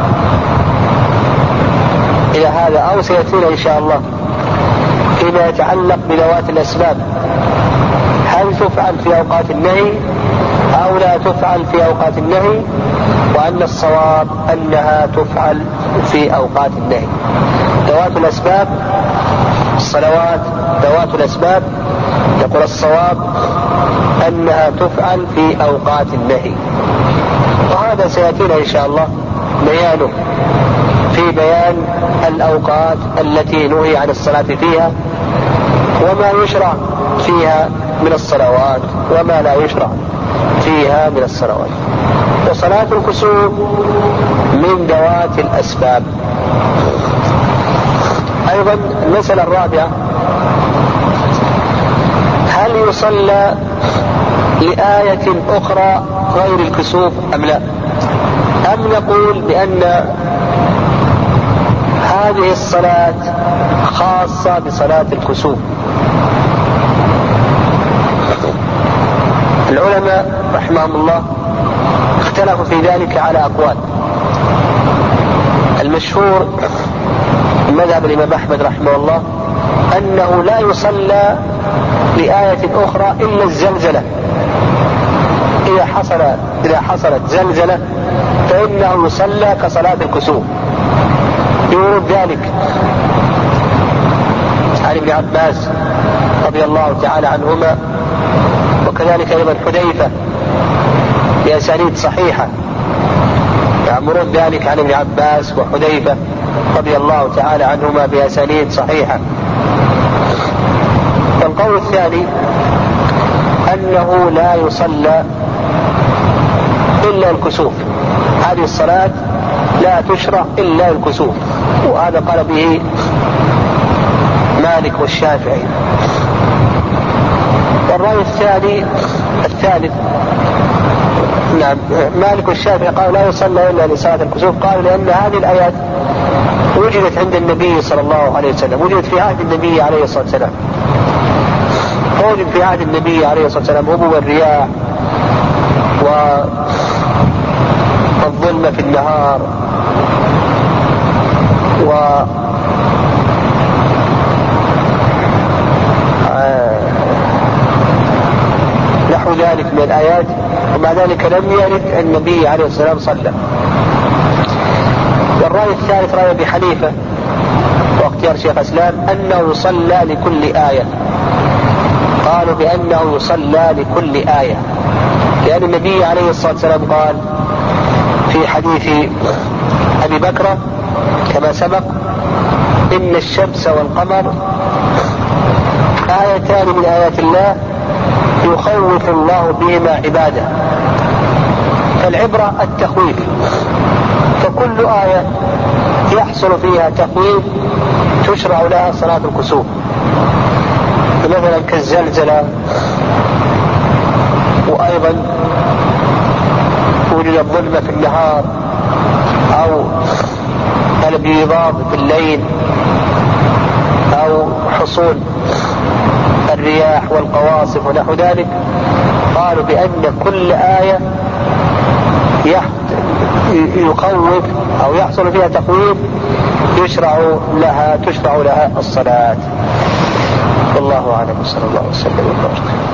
إلى هذا أو سيأتينا إن شاء الله فيما يتعلق بذوات الأسباب، هل تفعل في أوقات النهي أو لا تفعل في أوقات النهي، وأن الصواب أنها تفعل في أوقات النهي. ذوات الأسباب، الصلوات ذوات الأسباب، يقول الصواب أنها تفعل في أوقات النهي، وهذا سيأتينا إن شاء الله بيانه في بيان الأوقات التي نهي عن الصلاة فيها وما يشرع فيها من الصلوات وما لا يشرع فيها من الصلوات. وصلاة الكسوف من ذوات الأسباب. أيضا المسألة الرابعة، هل يصلى لآية أخرى غير الكسوف أم لا؟ أم نقول بأن هذه الصلاة خاصة بصلاة الكسوف. العلماء رحمهم الله اختلفوا في ذلك على أقوال. المشهور مذهب الإمام أحمد رحمه الله أنه لا يصلى لآية أخرى إلا الزلزلة. إذا حصلت زلزلة فإنه يصلى كصلاة الكسوف. يورد ذلك عن ابن عباس رضي الله تعالى عنهما، وكذلك أيضا حذيفة بأسانيد صحيحة. يأمرون ذلك عن ابن عباس وحذيفة رضي الله تعالى عنهما بأسانيد صحيحة. والقول الثاني أنه لا يصلى إلا الكسوف، هذه الصلاة لا تشرع إلا الكسوف، وهذا قال به مالك والشافعي. والرأي الثالث نعم مالك والشافعي قالوا لا يصلى إلا لصلاة الكسوف، قالوا لأن هذه الآيات وجدت عند النبي صلى الله عليه وسلم، وجدت في عهد النبي عليه الصلاة والسلام، وجد في عهد النبي عليه الصلاة والسلام هبوب الرياح والظلمة في النهار نحو ذلك من الآيات، ومع ذلك لم يرد النبي عليه الصلاة والسلام صلى. والرأي الثالث رأي أبي حنيفة واختيار شيخ الإسلام أنه يصلى لكل آية، قالوا بأنه يصلى لكل آية، لأن النبي عليه الصلاة والسلام قال في حديث أبي بكر كما سبق: إن الشمس والقمر آيتان من آيات الله يخوف الله بهما عباده. فالعبرة التخويف، فكل آية يحصل فيها تخويف تشرع لها صلاة الكسوف، مثلا كالزلزلة، وأيضا وجود الظلمة في النهار، أو البيضاء في الليل، أو حصول الرياح والقواصف ونحو ذلك. قالوا بأن كل آية يخوف أو يحصل فيها تخويف تشرع لها الصلاة. والله أعلم، صلى الله عليه وسلم.